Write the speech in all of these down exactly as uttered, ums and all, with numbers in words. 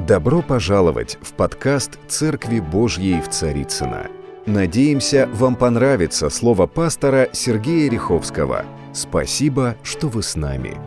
Добро пожаловать в подкаст «Церкви Божьей в Царицыно». Надеемся, вам понравится слово пастора Сергея Риховского. Спасибо, что вы с нами.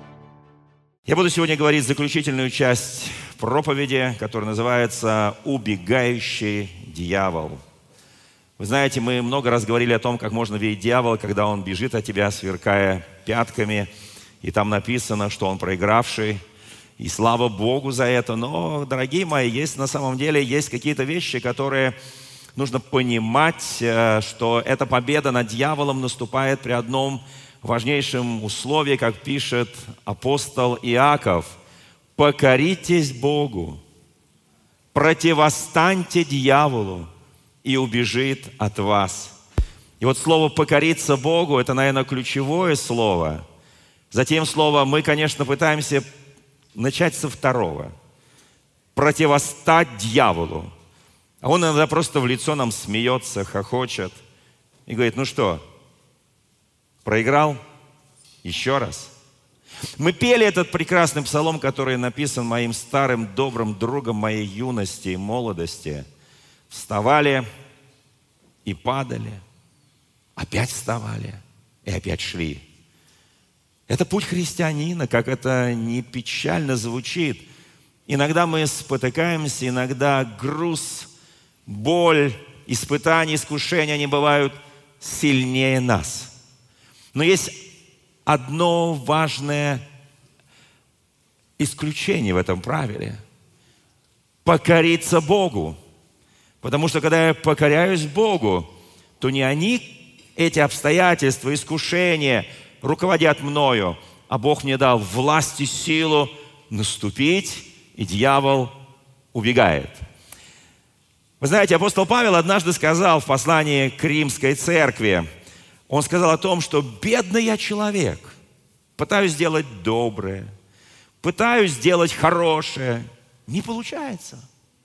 Я буду сегодня говорить заключительную часть проповеди, которая называется «Убегающий дьявол». Вы знаете, мы много раз говорили о том, как можно видеть дьявола, когда он бежит от тебя, сверкая пятками, и там написано, что он проигравший. И слава Богу за это. Но, дорогие мои, есть на самом деле есть какие-то вещи, которые нужно понимать, что эта победа над дьяволом наступает при одном важнейшем условии, как пишет апостол Иаков. «Покоритесь Богу, противостаньте дьяволу, и убежит от вас». И вот слово «покориться Богу» — это, наверное, ключевое слово. Затем слово мы, конечно, пытаемся начать со второго. Противостать дьяволу. А он иногда просто в лицо нам смеется, хохочет и говорит: ну что, проиграл? Еще раз. Мы пели этот прекрасный псалом, который написан моим старым добрым другом моей юности и молодости. Вставали и падали, опять вставали и опять шли. Это путь христианина, как это не печально звучит. Иногда мы спотыкаемся, иногда груз, боль, испытания, искушения, они бывают сильнее нас. Но есть одно важное исключение в этом правиле. Покориться Богу. Потому что когда я покоряюсь Богу, то не они, эти обстоятельства, искушения, руководят мною, а Бог мне дал власть и силу наступить, и дьявол убегает. Вы знаете, апостол Павел однажды сказал в послании к Римской церкви, он сказал о том, что бедный я человек, пытаюсь сделать доброе, пытаюсь сделать хорошее, не получается.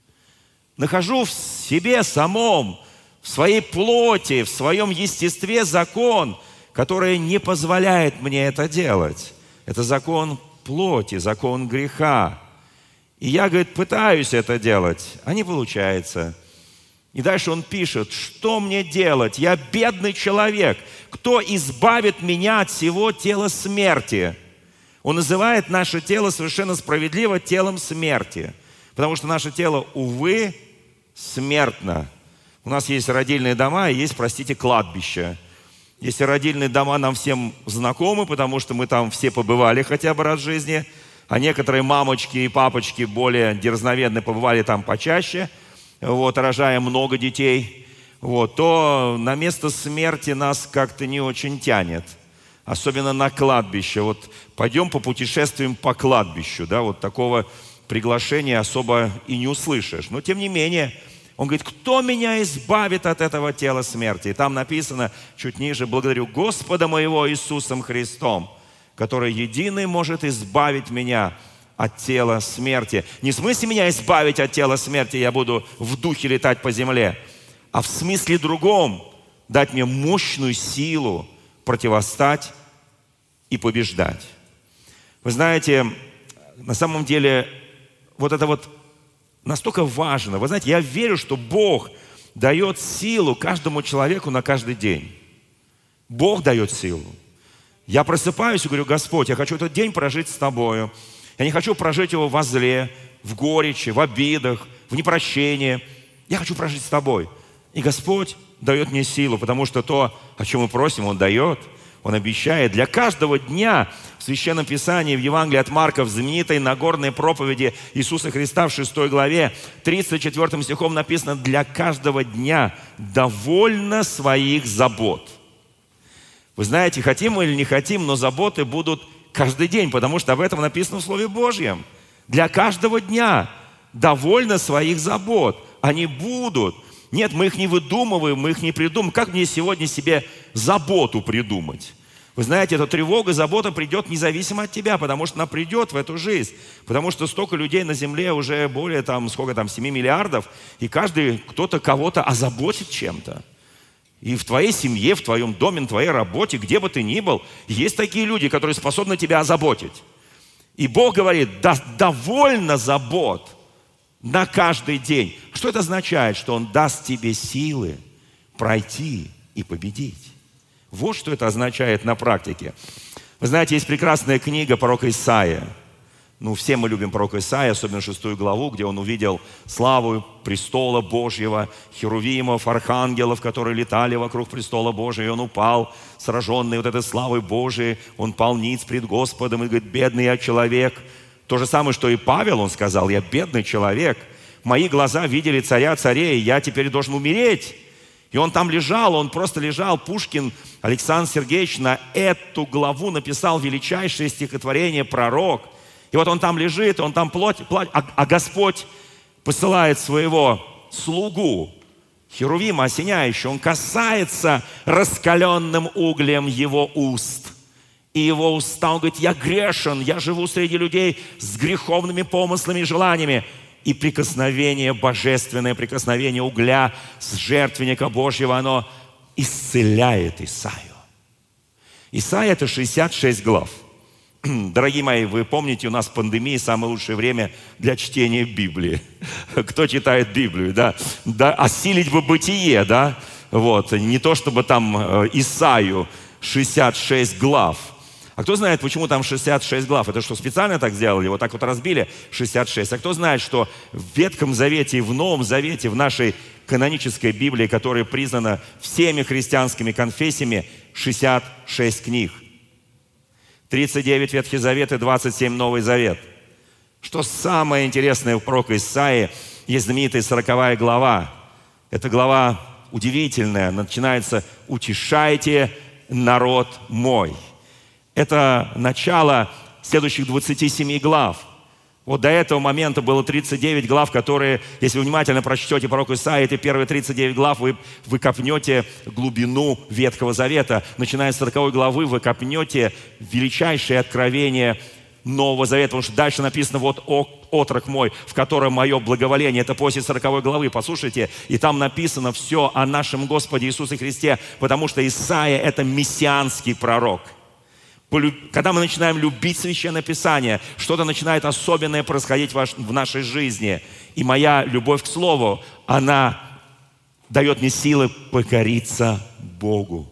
Нахожу в себе самом, в своей плоти, в своем естестве закон, который не позволяет мне это делать. Это закон плоти, закон греха. И я, говорит, пытаюсь это делать, а не получается. И дальше он пишет: что мне делать? Я бедный человек. Кто избавит меня от всего тела смерти? Он называет наше тело совершенно справедливо телом смерти. Потому что наше тело, увы, смертно. У нас есть родильные дома и есть, простите, кладбища. Если родильные дома нам всем знакомы, потому что мы там все побывали хотя бы раз в жизни, а некоторые мамочки и папочки более дерзновенные побывали там почаще, вот, рожая много детей, вот, то на место смерти нас как-то не очень тянет. Особенно на кладбище. Вот пойдем попутешествуем по кладбищу, да, вот такого приглашения особо и не услышишь. Но тем не менее, он говорит: кто меня избавит от этого тела смерти? И там написано чуть ниже: благодарю Господа моего Иисусом Христом, который единый может избавить меня от тела смерти. Не в смысле меня избавить от тела смерти, я буду в духе летать по земле, а в смысле другом: дать мне мощную силу противостать и побеждать. Вы знаете, на самом деле, вот это вот настолько важно. Вы знаете, я верю, что Бог дает силу каждому человеку на каждый день. Бог дает силу. Я просыпаюсь и говорю: Господь, я хочу этот день прожить с Тобою. Я не хочу прожить его во зле, в горечи, в обидах, в непрощении. Я хочу прожить с Тобой. И Господь дает мне силу, потому что то, о чем мы просим, Он дает. Он обещает. Для каждого дня в Священном Писании, в Евангелии от Марка, в знаменитой Нагорной проповеди Иисуса Христа в шестой главе, тридцать четвёртым стихом написано: для каждого дня довольно своих забот. Вы знаете, хотим мы или не хотим, но заботы будут каждый день, потому что об этом написано в Слове Божьем. Для каждого дня довольно своих забот. Они будут. Нет, мы их не выдумываем, мы их не придумываем. Как мне сегодня себе заботу придумать? Вы знаете, эта тревога, забота придет независимо от тебя, потому что она придет в эту жизнь. Потому что столько людей на земле, уже более там, сколько там, семь миллиардов, и каждый кто-то кого-то озаботит чем-то. И в твоей семье, в твоем доме, на твоей работе, где бы ты ни был, есть такие люди, которые способны тебя озаботить. И Бог говорит: да, довольно забот. на каждый день. Что это означает? Что Он даст тебе силы пройти и победить. Вот что это означает на практике. Вы знаете, есть прекрасная книга пророка Исаия. Ну, все мы любим пророка Исаия, особенно шестую главу, где он увидел славу престола Божьего, херувимов, архангелов, которые летали вокруг престола Божьего, и он упал, сраженный вот этой славой Божией, он пал ниц пред Господом и говорит: бедный я человек. То же самое, что и Павел, он сказал: я бедный человек, мои глаза видели царя царей, я теперь должен умереть. И он там лежал, он просто лежал. Пушкин Александр Сергеевич на эту главу написал величайшее стихотворение «Пророк». И вот он там лежит, он там плоть, плоть, а, а Господь посылает своего слугу, херувима осеняющего, он касается раскаленным углем его уст. И его уста, он говорит: я грешен, я живу среди людей с греховными помыслами и желаниями. И прикосновение, божественное прикосновение угля с жертвенника Божьего, оно исцеляет Исаию. Исаия – это шестьдесят шесть глав. Дорогие мои, вы помните, у нас пандемия, самое лучшее время для чтения Библии. Кто читает Библию, да? Да, осилить бы бытие, да? Вот. Не то, чтобы там Исаию шестьдесят шесть глав. А кто знает, почему там шестьдесят шесть глав? Это что, специально так сделали? Вот так вот разбили шестьдесят шесть. А кто знает, что в Ветхом Завете и в Новом Завете, в нашей канонической Библии, которая признана всеми христианскими конфессиями, шестьдесят шесть книг. тридцать девять Ветхий Завет и двадцать семь Новый Завет. Что самое интересное в пророка Исаии, есть знаменитая сороковая глава. Эта глава удивительная. Начинается: «Утешайте народ мой». Это начало следующих двадцати семи глав. Вот до этого момента было тридцать девять глав, которые, если вы внимательно прочтете пророка Исаии, эти первые тридцать девять глав, вы, вы копнете глубину Ветхого Завета. Начиная с сороковой главы вы копнете величайшее откровение Нового Завета. Потому что дальше написано: вот отрок мой, в котором мое благоволение. Это после сороковой главы, послушайте. И там написано все о нашем Господе Иисусе Христе, потому что Исаия – это мессианский пророк. Когда мы начинаем любить Священное Писание, что-то начинает особенное происходить в нашей жизни. И моя любовь к Слову, она дает мне силы покориться Богу.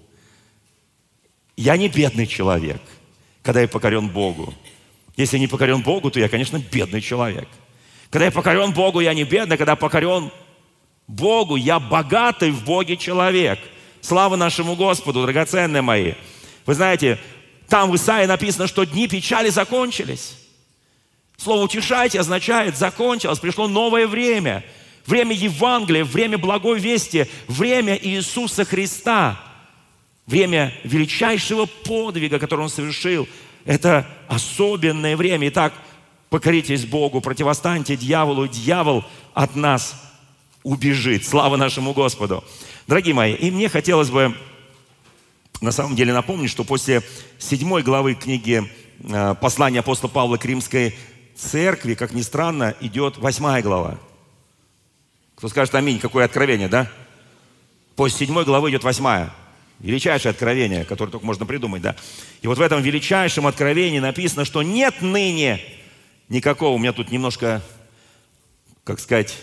Я не бедный человек, когда я покорен Богу. Если я не покорен Богу, то я, конечно, бедный человек. Когда я покорен Богу, я не бедный. Когда покорен Богу, я богатый в Боге человек. Слава нашему Господу, драгоценные мои. Вы знаете, там в Исаии написано, что дни печали закончились. Слово «утешайте» означает «закончилось», пришло новое время. Время Евангелия, время благой вести, время Иисуса Христа. Время величайшего подвига, который Он совершил. Это особенное время. Итак, покоритесь Богу, противостаньте дьяволу, дьявол от нас убежит. Слава нашему Господу. Дорогие мои, и мне хотелось бы на самом деле напомнить, что после седьмой главы книги э, послания апостола Павла к Римской церкви, как ни странно, идет восьмая глава. Кто скажет аминь, какое откровение, да? После седьмой главы идет восьмая. Величайшее откровение, которое только можно придумать, да? И вот в этом величайшем откровении написано, что нет ныне никакого, у меня тут немножко, как сказать,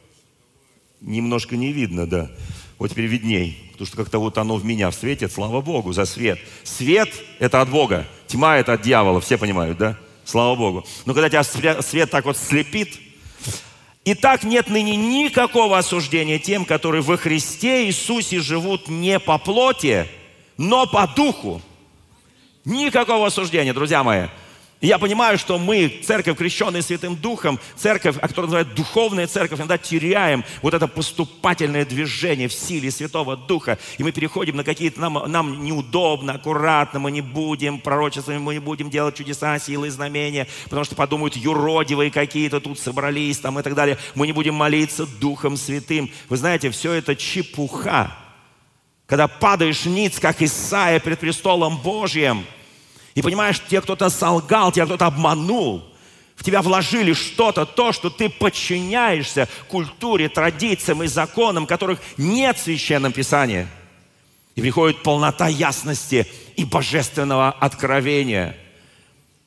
немножко не видно, да. Вот теперь видней, потому что как-то вот оно в меня светит, слава Богу за свет. Свет – это от Бога, тьма – это от дьявола, все понимают, да? Слава Богу. Но когда тебя свет так вот слепит, итак, нет ныне никакого осуждения тем, которые во Христе Иисусе живут не по плоти, но по духу. Никакого осуждения, друзья мои. И я понимаю, что мы, церковь, крещенная Святым Духом, церковь, которую называют духовная церковь, иногда теряем вот это поступательное движение в силе Святого Духа. И мы переходим на какие-то, нам, нам неудобно, аккуратно, мы не будем пророчествами, мы не будем делать чудеса, силы и знамения, потому что подумают, юродивые какие-то тут собрались там и так далее. Мы не будем молиться Духом Святым. Вы знаете, все это чепуха. Когда падаешь ниц, как Исаия, пред престолом Божьим, и понимаешь, тебе кто-то солгал, тебя кто-то обманул. В тебя вложили что-то, то, что ты подчиняешься культуре, традициям и законам, которых нет в Священном Писании. И приходит полнота ясности и божественного откровения.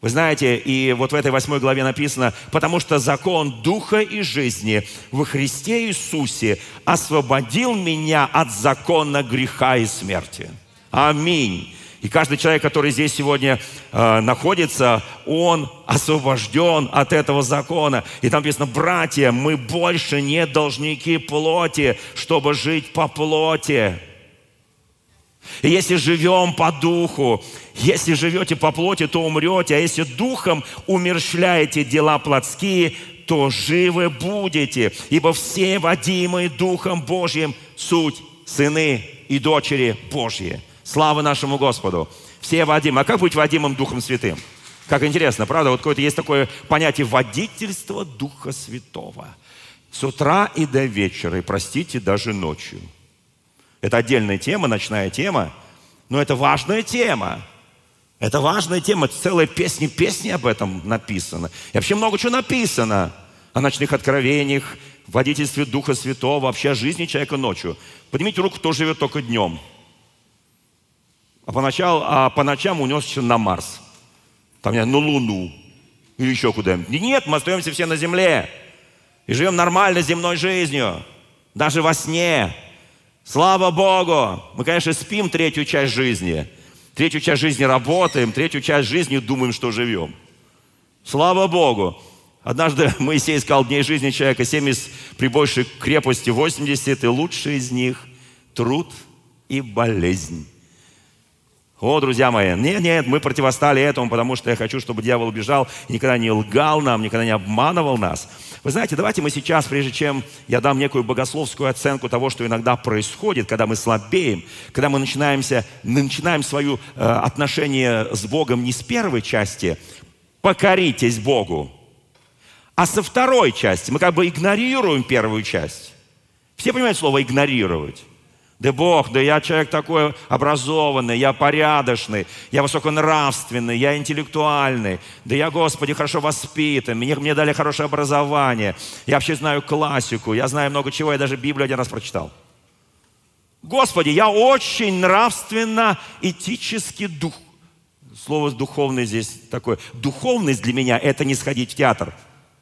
Вы знаете, и вот в этой восьмой главе написано: «Потому что закон Духа и жизни во Христе Иисусе освободил меня от закона греха и смерти». Аминь. И каждый человек, который здесь сегодня э, находится, он освобожден от этого закона. И там написано: братья, мы больше не должники плоти, чтобы жить по плоти. И если живем по духу, если живете по плоти, то умрете. А если духом умерщвляете дела плотские, то живы будете. Ибо все водимые Духом Божьим суть сыны и дочери Божьи. Слава нашему Господу. Все водимы. А как быть водимым Духом Святым? Как интересно, правда? Вот какое-то есть такое понятие водительства Духа Святого. С утра и до вечера, и, простите, даже ночью. Это отдельная тема, ночная тема, но это важная тема. Это важная тема. Целая песня, песни об этом написано. И вообще много чего написано о ночных откровениях, водительстве Духа Святого, вообще о жизни человека ночью. Поднимите руку, кто живет только днем. А, поначалу, а по ночам унесся на Марс. Там, на Луну. Или еще куда-нибудь. Нет, мы остаемся все на земле. И живем нормально земной жизнью. Даже во сне. Слава Богу! Мы, конечно, спим третью часть жизни. Третью часть жизни работаем, третью часть жизни думаем, что живем. Слава Богу! Однажды Моисей сказал: дней жизни человека семьдесят, при большей крепости восемьдесят, и лучший из них – труд и болезнь. О, друзья мои, нет, нет, мы противостали этому, потому что я хочу, чтобы дьявол убежал и никогда не лгал нам, никогда не обманывал нас. Вы знаете, давайте мы сейчас, прежде чем я дам некую богословскую оценку того, что иногда происходит, когда мы слабеем, когда мы начинаемся, начинаем свое э, отношение с Богом не с первой части «покоритесь Богу», а со второй части. Мы как бы игнорируем первую часть. Все понимают слово «игнорировать»? Да Бог, да я человек такой образованный, я порядочный, я высоконравственный, я интеллектуальный. Да я, Господи, хорошо воспитан, мне, мне дали хорошее образование. Я вообще знаю классику, я знаю много чего, я даже Библию один раз прочитал. Господи, я очень нравственно, этически дух. Слово «духовный» здесь такое. Духовность для меня – это не сходить в театр.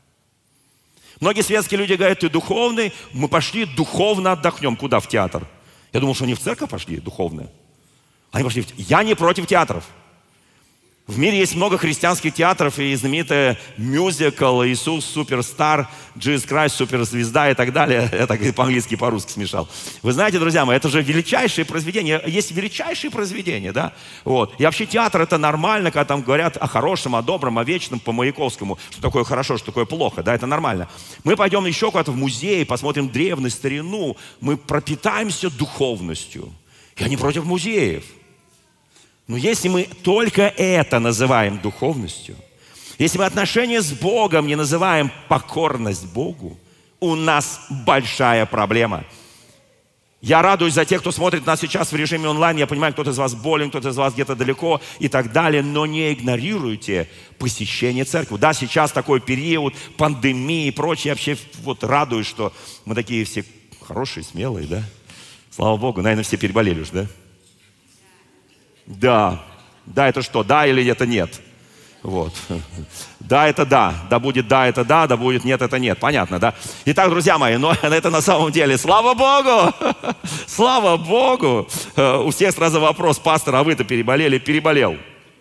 Многие светские люди говорят: ты духовный, мы пошли духовно отдохнем. Куда? В театр. Я думал, что они в церковь пошли, духовные. Они пошли в... Я не против театров. В мире есть много христианских театров, и знаменитый мюзикл «Иисус суперстар», «Jesus Christ суперзвезда» и так далее. Я так по-английски, по-русски смешал. Вы знаете, друзья мои, это же величайшие произведения. Есть величайшие произведения, да? Вот. И вообще театр — это нормально, когда там говорят о хорошем, о добром, о вечном, по Маяковскому. Что такое хорошо, что такое плохо, да? Это нормально. Мы пойдем еще куда-то в музей, посмотрим древность, старину. Мы пропитаемся духовностью. Я не против музеев. Но если мы только это называем духовностью, если мы отношения с Богом не называем покорность Богу, у нас большая проблема. Я радуюсь за тех, кто смотрит нас сейчас в режиме онлайн. Я понимаю, кто-то из вас болен, кто-то из вас где-то далеко и так далее. Но не игнорируйте посещение церкви. Да, сейчас такой период пандемии и прочее. Я вообще вот радуюсь, что мы такие все хорошие, смелые, да? Слава Богу, наверное, все переболели уж, да? Да. Да, это что? Да или это нет? Вот. Да, это да. Да будет да, это да. Да будет нет, это нет. Понятно, да? Итак, друзья мои, но это на самом деле, слава Богу! Слава Богу! У всех сразу вопрос: пастор, а вы-то переболели? Переболел.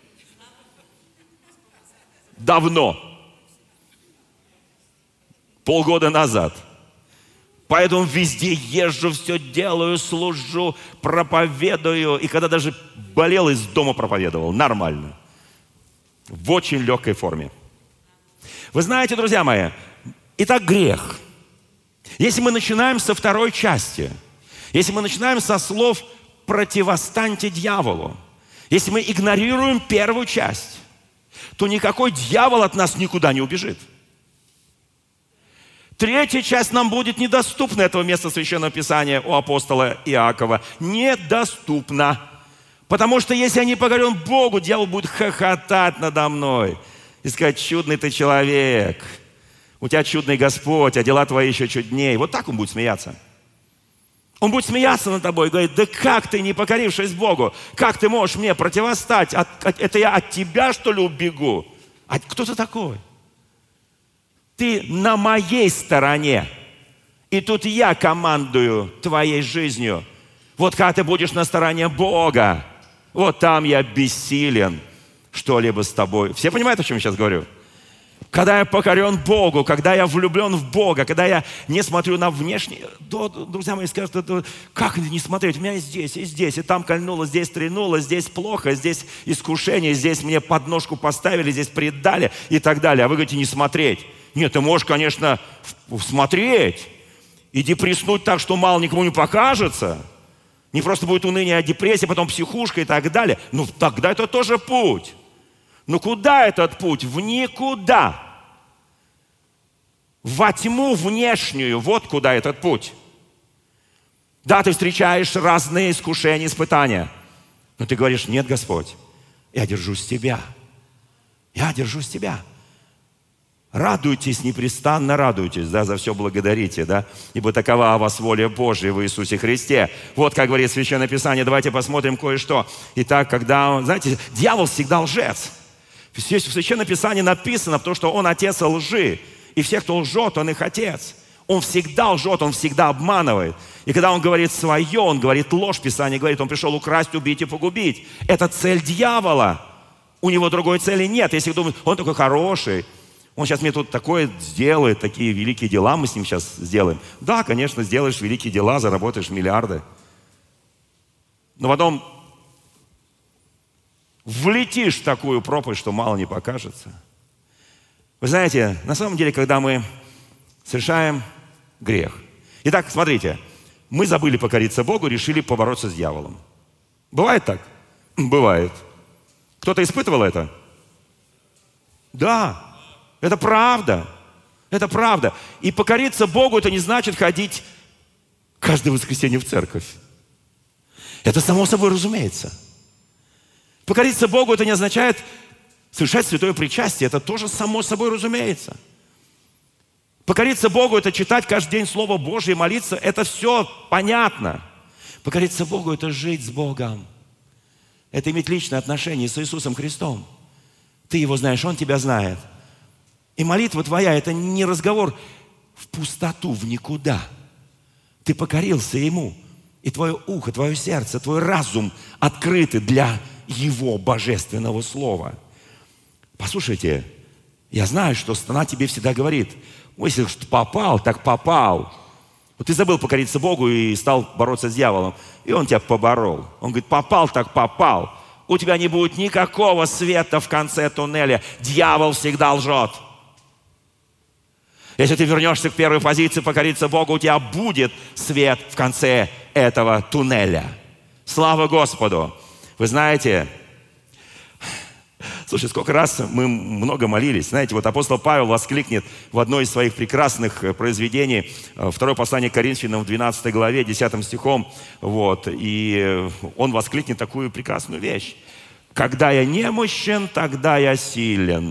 Давно. Полгода назад. Поэтому везде езжу, все делаю, служу, проповедую. И когда даже болел, из дома проповедовал. Нормально. В очень легкой форме. Вы знаете, друзья мои, итак, грех. Если мы начинаем со второй части, если мы начинаем со слов «противостаньте дьяволу», если мы игнорируем первую часть, то никакой дьявол от нас никуда не убежит. Третья часть нам будет недоступна, этого места Священного Писания у апостола Иакова. Недоступна. Потому что если я не покорен Богу, дьявол будет хохотать надо мной и сказать: чудный ты человек, у тебя чудный Господь, а дела твои еще чуднее. Вот так он будет смеяться. Он будет смеяться над тобой и говорит: да как ты, не покорившись Богу, как ты можешь мне противостать? От, от, это я от тебя, что ли, убегу? А кто ты такой? Ты на моей стороне. И тут я командую твоей жизнью. Вот когда ты будешь на стороне Бога, вот там я бессилен что-либо с тобой. Все понимают, о чем я сейчас говорю? Когда я покорен Богу, когда я влюблен в Бога, когда я не смотрю на внешние... Друзья мои скажут, как не смотреть? У меня и здесь, и здесь, и там кольнуло, здесь стрельнуло, здесь плохо, здесь искушение, здесь мне подножку поставили, здесь предали и так далее. А вы говорите, не смотреть. Нет, ты можешь, конечно, смотреть и депресснуть так, что мало никому не покажется. Не просто будет уныние, а депрессия, потом психушка и так далее. Ну, тогда это тоже путь. Но куда этот путь? В никуда. Во тьму внешнюю. Вот куда этот путь. Да, ты встречаешь разные искушения, испытания. Но ты говоришь, нет, Господь, я держусь Тебя. Я держусь Тебя. Радуйтесь, непрестанно радуйтесь, да, за все благодарите, да, ибо такова о вас воля Божия в Иисусе Христе. Вот как говорит Священное Писание, давайте посмотрим кое-что. Итак, когда, знаете, дьявол всегда лжец. Здесь в Священном Писании написано, потому что он отец лжи, и все, кто лжет, он их отец. Он всегда лжет, он всегда обманывает. И когда он говорит свое, он говорит ложь, Писание говорит, он пришел украсть, убить и погубить. Это цель дьявола. У него другой цели нет. Если думают, он такой хороший, он сейчас мне тут такое сделает, такие великие дела мы с ним сейчас сделаем. Да, конечно, сделаешь великие дела, заработаешь миллиарды. Но потом влетишь в такую пропасть, что мало не покажется. Вы знаете, на самом деле, когда мы совершаем грех. Итак, смотрите, мы забыли покориться Богу, решили побороться с дьяволом. Бывает так? Бывает. Кто-то испытывал это? Да. Это правда. Это правда. И покориться Богу, это не значит ходить каждое воскресенье в церковь. Это само собой разумеется. Покориться Богу, это не означает совершать святое причастие. Это тоже само собой разумеется. Покориться Богу, это читать каждый день Слово Божье, молиться. Это все понятно. Покориться Богу, это жить с Богом. Это иметь личное отношение с Иисусом Христом. Ты Его знаешь, Он тебя знает. И молитва твоя – это не разговор в пустоту, в никуда. Ты покорился Ему. И твое ухо, твое сердце, твой разум открыты для Его божественного Слова. Послушайте, я знаю, что сатана тебе всегда говорит, ой, если что попал, так попал. Вот ты забыл покориться Богу и стал бороться с дьяволом. И он тебя поборол. Он говорит, попал, так попал. У тебя не будет никакого света в конце туннеля. Дьявол всегда лжет. Если ты вернешься к первой позиции, покориться Богу, у тебя будет свет в конце этого туннеля. Слава Господу! Вы знаете, слушай, сколько раз мы много молились. Знаете, вот апостол Павел воскликнет в одной из своих прекрасных произведений, второе послание к Коринфянам в двенадцатой главе, десятым стихом, вот, и он воскликнет такую прекрасную вещь. «Когда я немощен, тогда я силен».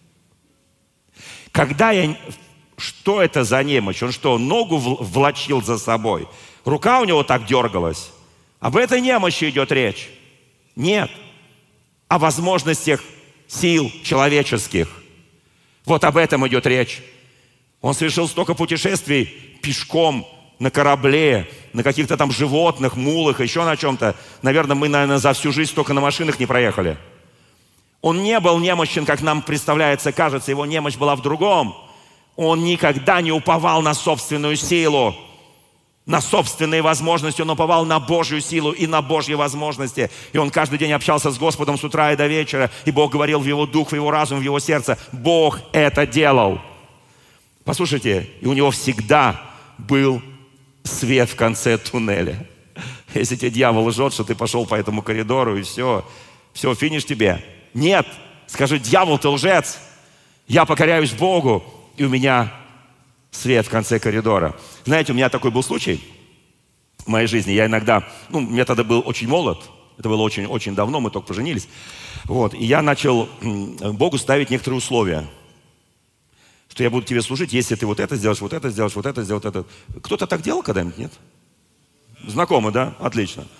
Когда я... Что это за немощь? Он что, ногу влачил за собой? Рука у него так дергалась? Об этой немощи идет речь? Нет. О возможностях сил человеческих. Вот об этом идет речь. Он совершил столько путешествий пешком, на корабле, на каких-то там животных, мулах, еще на чем-то. Наверное, мы, наверное, за всю жизнь столько на машинах не проехали. Он не был немощен, как нам представляется, кажется. Его немощь была в другом. Он никогда не уповал на собственную силу, на собственные возможности. Он уповал на Божью силу и на Божьи возможности. И он каждый день общался с Господом с утра и до вечера. И Бог говорил в его дух, в его разум, в его сердце. Бог это делал. Послушайте, и у него всегда был свет в конце туннеля. Если тебе дьявол лжет, что ты пошел по этому коридору и все, все, финиш тебе. Нет, скажи, дьявол, ты лжец. Я покоряюсь Богу. И у меня свет в конце коридора. Знаете, у меня такой был случай в моей жизни. Я иногда, ну, я тогда был очень молод. Это было очень-очень давно, мы только поженились. Вот, и я начал Богу ставить некоторые условия. Что я буду тебе служить, если ты вот это сделаешь, вот это сделаешь, вот это сделаешь, вот это. Кто-то так делал когда-нибудь, нет? Знакомы, да? Отлично.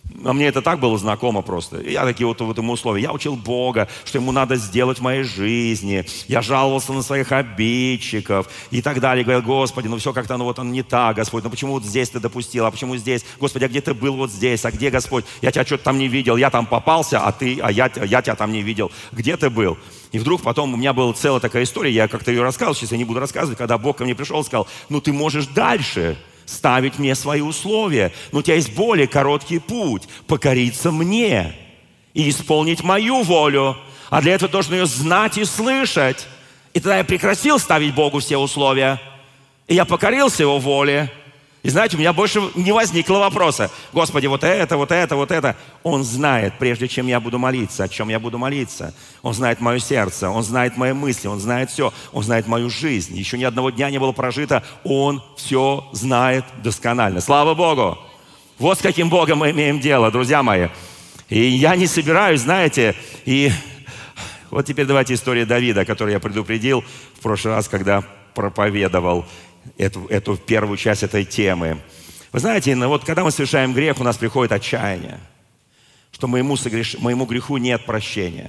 А мне это так было знакомо просто. И я такие вот в этом условии. Я учил Бога, что Ему надо сделать в моей жизни. Я жаловался на своих обидчиков и так далее. Говорил: Господи, ну все как-то, ну вот он не так, Господь. Ну почему вот здесь Ты допустил, а почему здесь? Господи, а где Ты был вот здесь? А где, Господь? Я Тебя что-то там не видел. Я там попался, а Ты, а я, я Тебя там не видел. Где Ты был? И вдруг потом у меня была целая такая история. Я как-то ее рассказывал, сейчас я не буду рассказывать. Когда Бог ко мне пришел и сказал: ну ты можешь дальше ставить мне свои условия. Но у тебя есть более короткий путь. Покориться мне и исполнить мою волю. А для этого ты должен ее знать и слышать. И тогда я прекратил ставить Богу все условия. И я покорился Его воле. И знаете, у меня больше не возникло вопроса: Господи, вот это, вот это, вот это. Он знает, прежде чем я буду молиться, о чем я буду молиться. Он знает мое сердце, Он знает мои мысли, Он знает все. Он знает мою жизнь. Еще ни одного дня не было прожито. Он все знает досконально. Слава Богу! Вот с каким Богом мы имеем дело, друзья мои. И я не собираюсь, знаете, и вот теперь давайте история Давида, которую я предупредил в прошлый раз, когда проповедовал Эту, эту первую часть этой темы. Вы знаете, ну вот когда мы совершаем грех, у нас приходит отчаяние, что моему, согреш... моему греху нет прощения.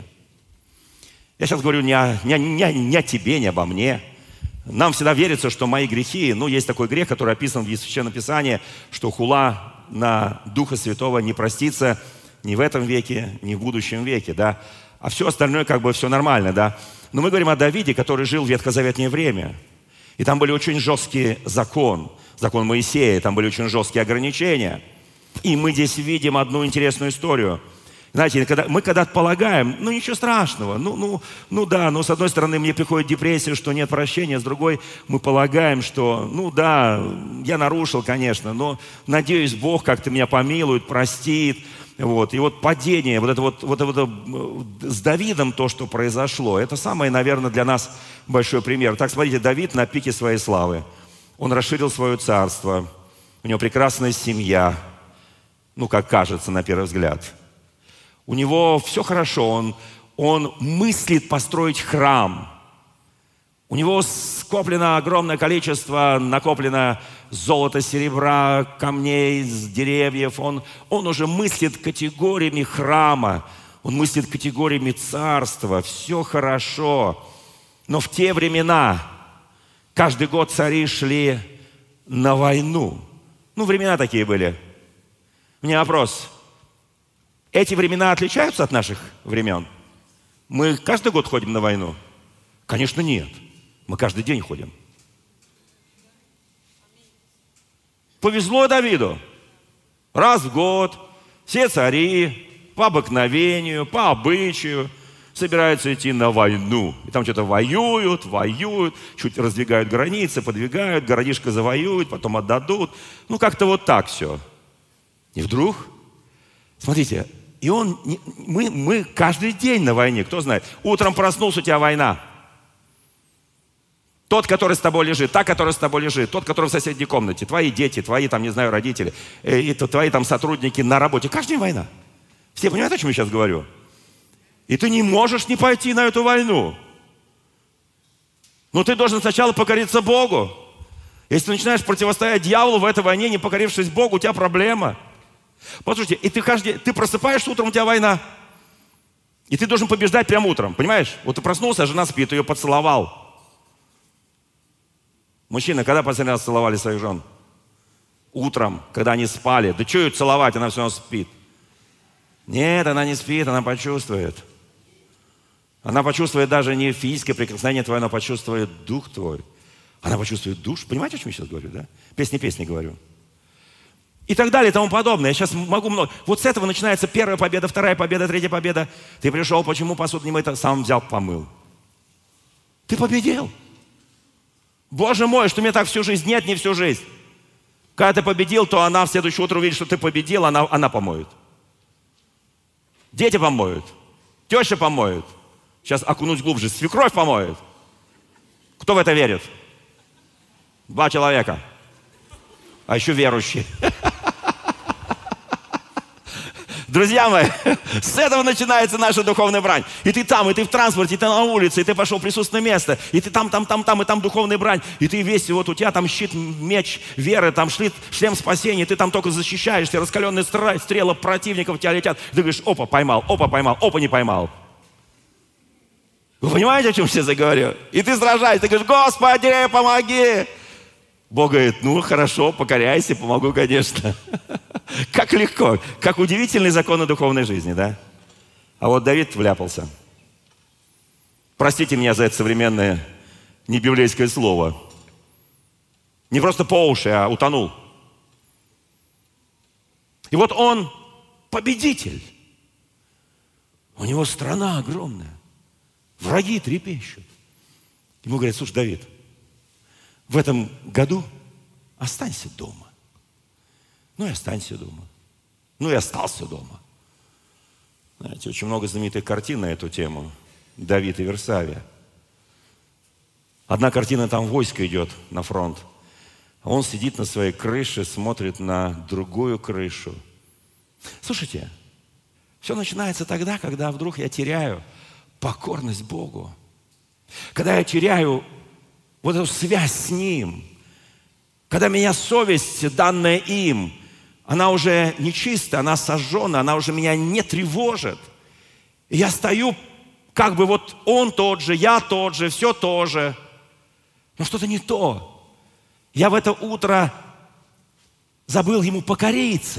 Я сейчас говорю не о, не, не, не о тебе, не обо мне. Нам всегда верится, что мои грехи, ну есть такой грех, который описан в Священном Писании, что хула на Духа Святого не простится ни в этом веке, ни в будущем веке, да. А все остальное как бы все нормально, да. Но мы говорим о Давиде, который жил в ветхозаветное время. И там были очень жесткие законы, закон Моисея, там были очень жесткие ограничения. И мы здесь видим одну интересную историю. Знаете, когда, мы когда-то полагаем: ну ничего страшного, ну, ну, ну да, но с одной стороны мне приходит депрессия, что нет прощения, с другой мы полагаем, что ну да, я нарушил, конечно, но надеюсь, Бог как-то меня помилует, простит. Вот. И вот падение, вот это вот, вот это с Давидом то, что произошло, это самый, наверное, для нас большой пример. Так, смотрите, Давид на пике своей славы. Он расширил свое царство, у него прекрасная семья, ну, как кажется, на первый взгляд. У него все хорошо, он, он мыслит построить храм. У него скоплено огромное количество, накоплено золота, серебра, камней, деревьев. Он, он уже мыслит категориями храма, он мыслит категориями царства. Все хорошо. Но в те времена каждый год цари шли на войну. Ну, времена такие были. У меня вопрос. Эти времена отличаются от наших времен? Мы каждый год ходим на войну? Конечно, нет. Мы каждый день ходим. Повезло Давиду. Раз в год все цари по обыкновению, по обычаю собираются идти на войну. И там что-то воюют, воюют, чуть раздвигают границы, подвигают, городишко завоюют, потом отдадут. Ну, как-то вот так все. И вдруг, смотрите, и он, мы, мы каждый день на войне, кто знает. Утром проснулся, у тебя война. Тот, который с тобой лежит, та, которая с тобой лежит, тот, который в соседней комнате, твои дети, твои, там, не знаю, родители, и твои там сотрудники на работе. Каждый день война. Все понимают, о чем я сейчас говорю? И ты не можешь не пойти на эту войну. Но ты должен сначала покориться Богу. Если ты начинаешь противостоять дьяволу в этой войне, не покорившись Богу, у тебя проблема. Послушайте, и ты каждый день, ты просыпаешься утром, у тебя война. И ты должен побеждать прямо утром, понимаешь? Вот ты проснулся, а жена спит, ты ее поцеловал. Мужчины, когда последний раз целовали своих жен? Утром, когда они спали. Да что ее целовать, она все равно спит. Нет, она не спит, она почувствует. Она почувствует даже не физическое прикосновение твое, она почувствует дух твой. Она почувствует душ. Понимаете, о чем я сейчас говорю, да? Песни-песни говорю. И так далее, и тому подобное. Я сейчас могу много... Вот с этого начинается первая победа, вторая победа, третья победа. Ты пришел, почему посуду не мыта? Сам взял, помыл. Ты победил. Боже мой, что мне так всю жизнь? Нет, не всю жизнь. Когда ты победил, то она в следующее утро увидит, что ты победил, она, она помоет. Дети помоют. Теща помоет. Сейчас окунусь глубже. Свекровь помоет. Кто в это верит? Два человека. А еще верующие. Друзья мои, с этого начинается наша духовная брань. И ты там, и ты в транспорте, и ты на улице, и ты пошел в присутственное место, и ты там, там, там, там, и там духовная брань, и ты весь, вот у тебя там щит, меч веры, там шлем, шлем спасения, и ты там только защищаешься, раскаленные стрелы противников у тебя летят. Ты говоришь, опа, поймал, опа, поймал, опа, не поймал. Вы понимаете, о чем я сейчас говорю? И ты сражаешься, ты говоришь, Господи, помоги! Бог говорит, ну хорошо, покоряйся, помогу, конечно. Как легко, как удивительные законы духовной жизни, да? А вот Давид вляпался. Простите меня за это современное небиблейское слово. Не просто по уши, а утонул. И вот он победитель. У него страна огромная. Враги трепещут. Ему говорят, слушай, Давид, в этом году останься дома. Ну и останься дома. Ну и остался дома. Знаете, очень много знаменитых картин на эту тему. Давид и Версавия. Одна картина, там войско идет на фронт. А он сидит на своей крыше, смотрит на другую крышу. Слушайте, все начинается тогда, когда вдруг я теряю покорность Богу. Когда я теряю вот эту связь с Ним. Когда меня совесть, данная им, она уже нечистая, она сожжена, она уже меня не тревожит. И я стою, как бы вот он тот же, я тот же, все то же. Но что-то не то. Я в это утро забыл ему покориться.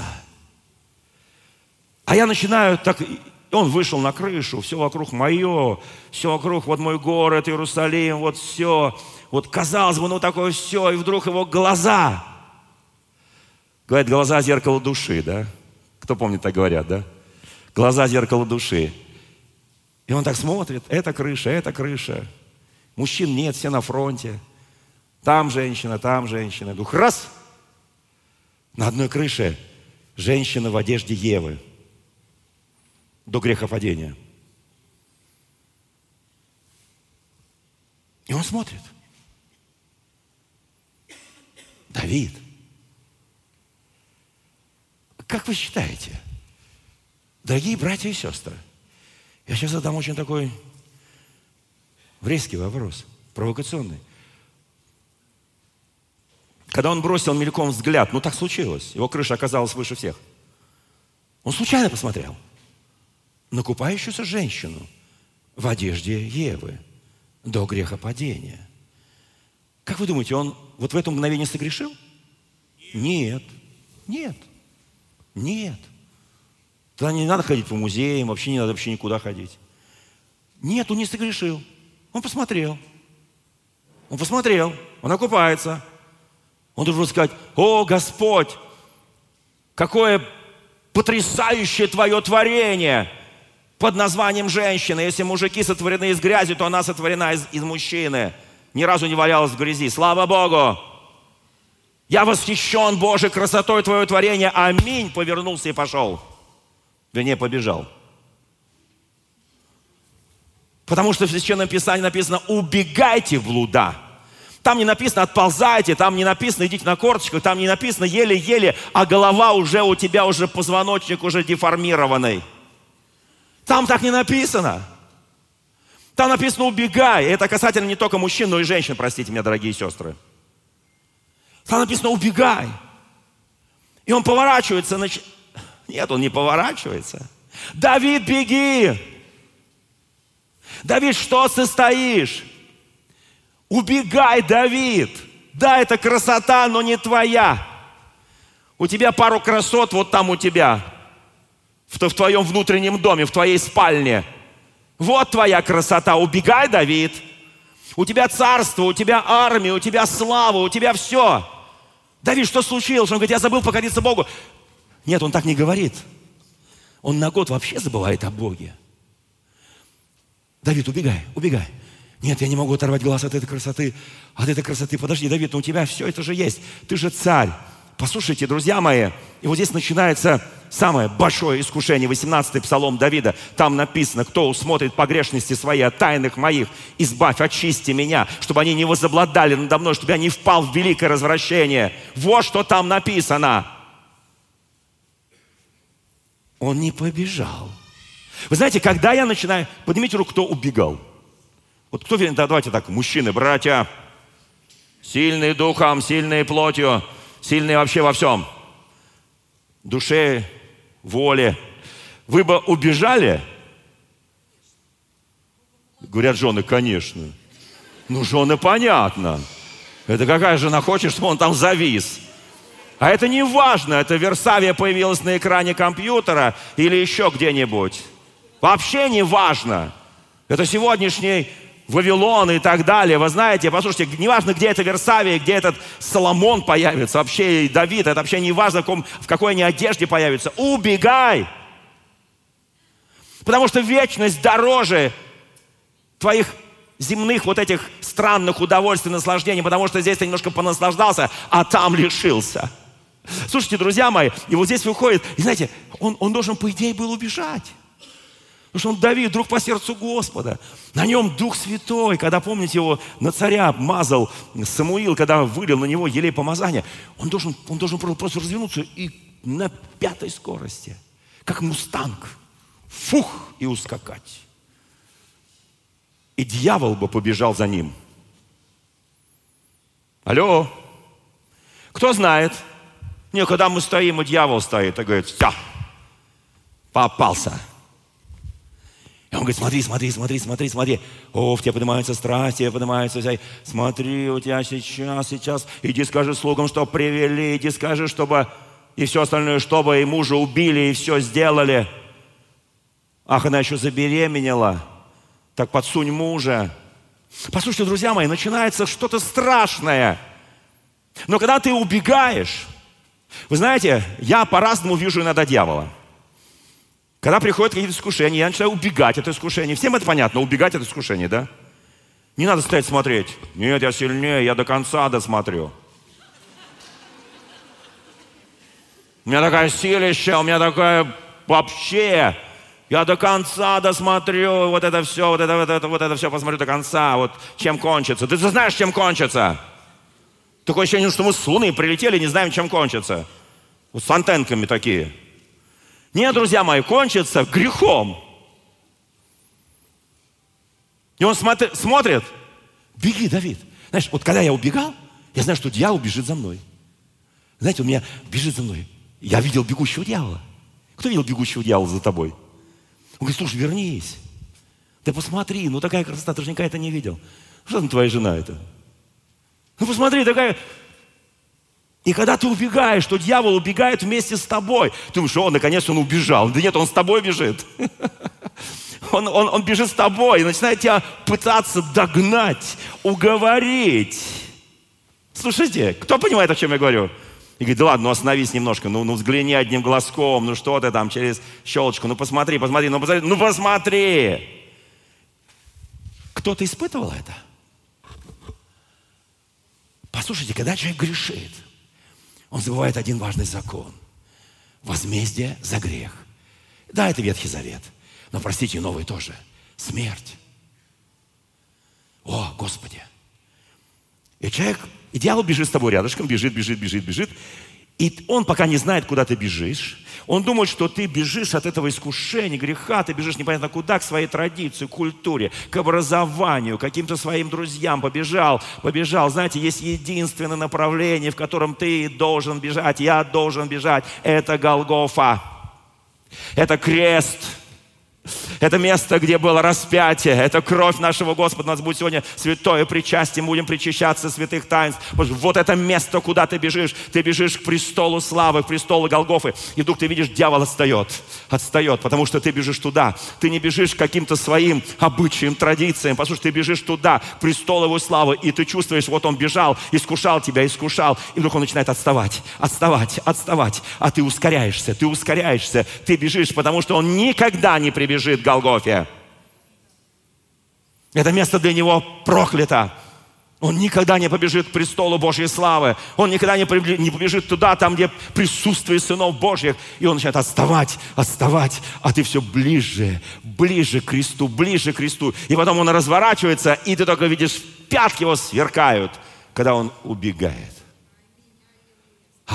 А я начинаю так... Он вышел на крышу, все вокруг мое, все вокруг, вот мой город, Иерусалим, вот все. Вот казалось бы, ну такое все, и вдруг его глаза. Говорят, глаза — зеркало души, да? Кто помнит, так говорят, да? Глаза — зеркало души. И он так смотрит, это крыша, это крыша. Мужчин нет, все на фронте. Там женщина, там женщина. Дух раз. На одной крыше женщина в одежде Евы. До грехопадения. И он смотрит. Давид. Как вы считаете, дорогие братья и сестры, я сейчас задам очень такой резкий вопрос, провокационный. Когда он бросил мельком взгляд, ну так случилось, его крыша оказалась выше всех. Он случайно посмотрел на купающуюся женщину в одежде Евы до грехопадения. Как вы думаете, он вот в это мгновение согрешил? Нет, нет, нет. Тогда не надо ходить по музеям, вообще не надо вообще никуда ходить. Нет, он не согрешил. Он посмотрел. Он посмотрел, она купается. Он должен сказать, о, Господь, какое потрясающее Твое творение под названием женщина. Если мужики сотворены из грязи, то она сотворена из, из мужчины. Ни разу не валялась в грязи. Слава Богу! Я восхищен Божьей красотой Твоего творения. Аминь. Повернулся и пошел. Вернее, побежал. Потому что в Священном Писании написано, убегайте в блуда. Там не написано отползайте, там не написано идите на корточках, там не написано еле-еле, а голова уже у тебя, уже позвоночник уже деформированный. Там так не написано. Там написано убегай. Это касательно не только мужчин, но и женщин, простите меня, дорогие сестры. Там написано убегай. И он поворачивается. Нач... Нет, он не поворачивается. Давид, беги. Давид, что ты стоишь? Убегай, Давид. Да, это красота, но не твоя. У тебя пару красот вот там у тебя. В, в твоем внутреннем доме, в твоей спальне. Вот твоя красота. Убегай, Давид. У тебя царство, у тебя армия, у тебя слава, у тебя все. Давид, что случилось? Он говорит, я забыл покориться Богу. Нет, он так не говорит. Он на год вообще забывает о Боге. Давид, убегай, убегай. Нет, я не могу оторвать глаз от этой красоты. От этой красоты. Подожди, Давид, но у тебя все это же есть. Ты же царь. Послушайте, друзья мои, и вот здесь начинается самое большое искушение. восемнадцатый псалом Давида. Там написано, кто усмотрит погрешности свои от тайных моих, избавь, очисти меня, чтобы они не возобладали надо мной, чтобы я не впал в великое развращение. Вот что там написано. Он не побежал. Вы знаете, когда я начинаю... Поднимите руку, кто убегал. Вот кто, да, давайте так, мужчины, братья, сильные духом, сильные плотью, сильные вообще во всем. Душе, воле. Вы бы убежали? Говорят жены, конечно. Ну, жены, понятно. Это какая жена хочет, чтобы он там завис? А это не важно, это Версавия появилась на экране компьютера или еще где-нибудь. Вообще не важно. Это сегодняшний Вавилон и так далее. Вы знаете, послушайте, не важно, где это Версавия, где этот Соломон появится, вообще и Давид, это вообще не важно, в, каком, в какой они одежде появится. Убегай! Потому что вечность дороже твоих земных вот этих странных удовольствий, наслаждений, потому что здесь ты немножко понаслаждался, а там лишился. Слушайте, друзья мои, и вот здесь выходит, и знаете, он, он должен, по идее, был убежать. Потому что он Давид, друг по сердцу Господа. На нем Дух Святой, когда, помните, его на царя мазал Самуил, когда вылил на него елей помазания, он должен, он должен просто развернуться и на пятой скорости, как мустанг, фух, и ускакать. И дьявол бы побежал за ним. Алло? Кто знает? Не, когда мы стоим, и дьявол стоит, и говорит, все, попался. И он говорит, смотри, смотри, смотри, смотри, смотри. О, в тебе поднимаются страсти, в тебе поднимаются вся... Смотри, у тебя сейчас, сейчас. Иди скажи слугам, что привели, иди скажи, чтобы... И все остальное, чтобы и мужа убили, и все сделали. Ах, она еще забеременела. Так подсунь мужа. Послушайте, друзья мои, начинается что-то страшное. Но когда ты убегаешь, вы знаете, я по-разному вижу иногда дьявола. Когда приходят какие-то искушения, я начинаю убегать от искушения. Всем это понятно, убегать от искушения, да? Не надо стоять смотреть. Нет, я сильнее, я до конца досмотрю. У меня такая силища, у меня такая вообще... Я до конца досмотрю, вот это все, вот это, вот это, вот это все посмотрю до конца, вот чем кончится. Ты, ты знаешь, чем кончится? Такое ощущение, что мы с Луны прилетели, не знаем, чем кончится. Вот с антенками такие. Нет, друзья мои, кончится грехом. И он смотри, смотрит, беги, Давид. Знаешь, вот когда я убегал, я знаю, что дьявол бежит за мной. Знаете, он меня бежит за мной. Я видел бегущего дьявола. Кто видел бегущего дьявола за тобой? Он говорит, слушай, вернись. Ты посмотри, ну такая красота, ты же никогда это не видел. Что там твоя жена это? Ну посмотри, такая... И когда ты убегаешь, то дьявол убегает вместе с тобой. Ты думаешь, о, наконец-то он убежал. Да нет, он с тобой бежит. Он, он, он бежит с тобой и начинает тебя пытаться догнать, уговорить. Слушайте, кто понимает, о чем я говорю? И говорит, да ладно, ну остановись немножко, ну, ну взгляни одним глазком, ну что ты там через щелочку, ну посмотри, посмотри, ну посмотри, ну посмотри. Кто-то испытывал это? Послушайте, когда человек грешит, он забывает один важный закон. Возмездие за грех. Да, это Ветхий Завет, но, простите, Новый тоже. Смерть. О, Господи. И человек, и дьявол бежит с тобой рядышком, бежит, бежит, бежит, бежит. И он пока не знает, куда ты бежишь. Он думает, что ты бежишь от этого искушения, греха, ты бежишь непонятно куда, к своей традиции, культуре, к образованию, к каким-то своим друзьям. Побежал, побежал. Знаете, есть единственное направление, в котором ты должен бежать, я должен бежать. Это Голгофа. Это крест. Это место, где было распятие. Это кровь нашего Господа. У нас будет сегодня святое причастие. Мы будем причащаться святых таинств. Вот это место, куда ты бежишь. Ты бежишь к престолу славы, к престолу Голгофы. И вдруг ты видишь, дьявол отстает. Отстает, потому что ты бежишь туда. Ты не бежишь к каким-то своим обычаям, традициям. Послушай, ты бежишь туда, к престолу его славы. И ты чувствуешь, вот он бежал, искушал тебя, искушал. И вдруг он начинает отставать, отставать, отставать. А ты ускоряешься, ты ускоряешься. Ты бежишь, потому что он никогда не прибежит к Голгофе. Это место для него проклято. Он никогда не побежит к престолу Божьей славы. Он никогда не побежит туда, там, где присутствие сынов Божьих. И он начинает отставать, отставать. А ты все ближе, ближе к кресту, ближе к кресту. И потом он разворачивается, и ты только видишь, пятки его сверкают, когда он убегает.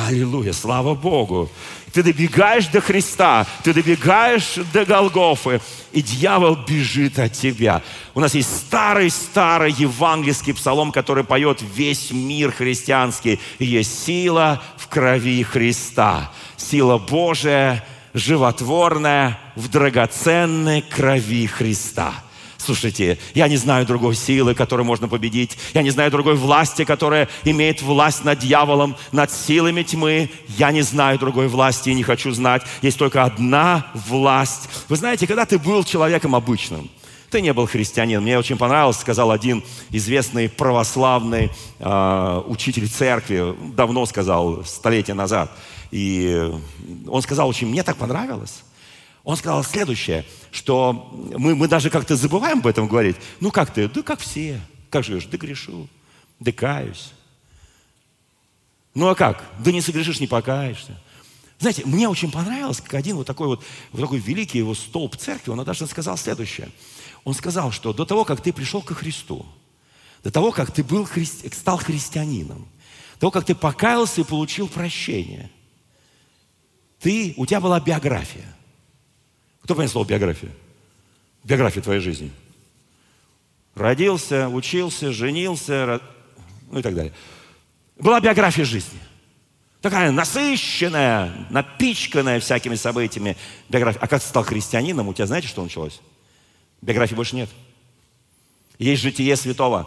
Аллилуйя, слава Богу. Ты добегаешь до Христа, ты добегаешь до Голгофы, и дьявол бежит от тебя. У нас есть старый-старый евангельский псалом, который поет весь мир христианский. Есть сила в крови Христа. Сила Божия, животворная в драгоценной крови Христа. Слушайте, я не знаю другой силы, которую можно победить. Я не знаю другой власти, которая имеет власть над дьяволом, над силами тьмы. Я не знаю другой власти и не хочу знать. Есть только одна власть. Вы знаете, когда ты был человеком обычным, ты не был христианином. Мне очень понравилось, сказал один известный православный э, учитель церкви, давно сказал, столетия назад. И он сказал очень, мне так понравилось. Он сказал следующее, что мы, мы даже как-то забываем об этом говорить. Ну как ты? Да как все. Как живешь? Да грешу. Да каюсь. Ну а как? Да не согрешишь, не покаешься. Знаете, мне очень понравилось, как один вот такой вот, вот такой великий его столб церкви, он даже сказал следующее. Он сказал, что до того, как ты пришел ко Христу, до того, как ты был хри... стал христианином, до того, как ты покаялся и получил прощение, ты, у тебя была биография. Кто понимает слово биография? Биография твоей жизни. Родился, учился, женился, ну и так далее. Была биография жизни. Такая насыщенная, напичканная всякими событиями биография. А как ты стал христианином, у тебя знаете, что началось? Биографии больше нет. Есть житие святого.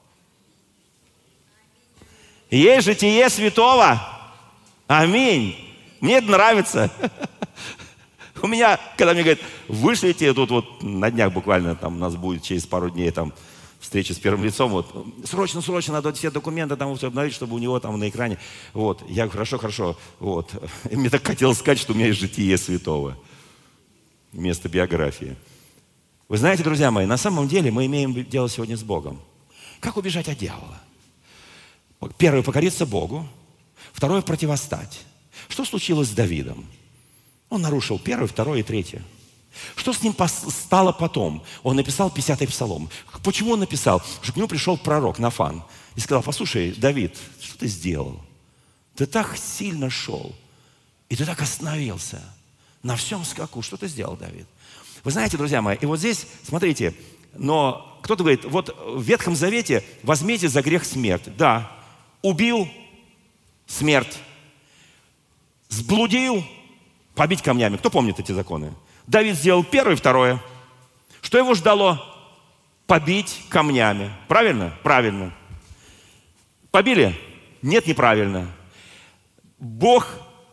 Есть житие святого. Аминь. Мне это нравится. У меня, когда мне говорят, вышлите, тут вот на днях буквально, там у нас будет через пару дней там встреча с первым лицом, вот, срочно, срочно, надо все документы там все обновить, чтобы у него там на экране, вот, я говорю, хорошо, хорошо, вот, и мне так хотелось сказать, что у меня есть житие святого вместо биографии. Вы знаете, друзья мои, на самом деле мы имеем дело сегодня с Богом. Как убежать от дьявола? Первое, покориться Богу, второе, противостать. Что случилось с Давидом? Он нарушил первое, второе и третье. Что с ним стало потом? Он написал пятидесятый псалом. Почему он написал? Потому что к нему пришел пророк Нафан и сказал, послушай, Давид, что ты сделал? Ты так сильно шел, и ты так остановился на всем скаку. Что ты сделал, Давид? Вы знаете, друзья мои, и вот здесь, смотрите, но кто-то говорит, вот в Ветхом Завете возьмите за грех смерть. Да, убил – смерть. Сблудил – побить камнями. Кто помнит эти законы? Давид сделал первое и второе. Что его ждало? Побить камнями. Правильно? Правильно. Побили? Нет, неправильно. Бог,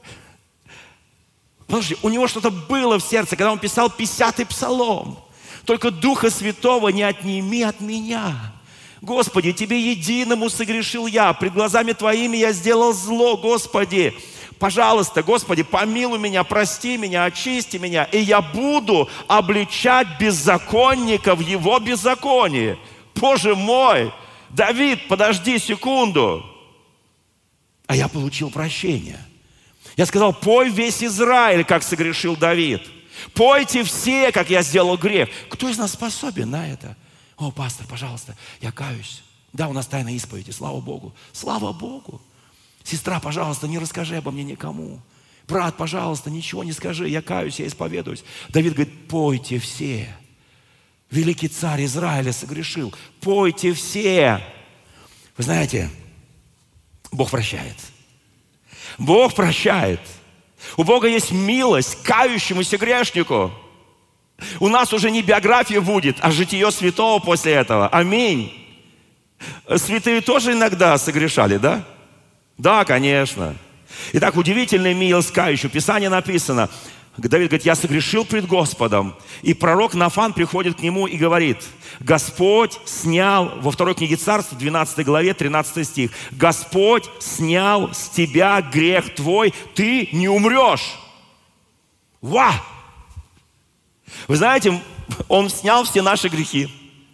подожди, у него что-то было в сердце, когда он писал пятидесятый псалом. Только Духа Святого не отними от меня. Господи, Тебе единому согрешил я, пред глазами Твоими я сделал зло, Господи. Пожалуйста, Господи, помилуй меня, прости меня, очисти меня, и я буду обличать беззаконника в его беззаконии. Боже мой, Давид, подожди секунду. А я получил прощение. Я сказал, пой весь Израиль, как согрешил Давид. Пойте все, как я сделал грех. Кто из нас способен на это? О, пастор, пожалуйста, я каюсь. Да, у нас тайна исповеди, слава Богу. Слава Богу. Сестра, пожалуйста, не расскажи обо мне никому. Брат, пожалуйста, ничего не скажи, я каюсь, я исповедуюсь. Давид говорит, пойте все. Великий царь Израиля согрешил. Пойте все. Вы знаете, Бог прощает. Бог прощает. У Бога есть милость к кающемуся грешнику. У нас уже не биография будет, а житие святого после этого. Аминь. Святые тоже иногда согрешали, да? Да, конечно. Итак, удивительная милость кающего. В Писании написано, Давид говорит, я согрешил пред Господом. И пророк Нафан приходит к нему и говорит, Господь снял, во второй книге Царств, двенадцатой главе, тринадцатый стих, Господь снял с тебя грех твой, ты не умрешь. Ва! Вы знаете, Он снял все наши грехи.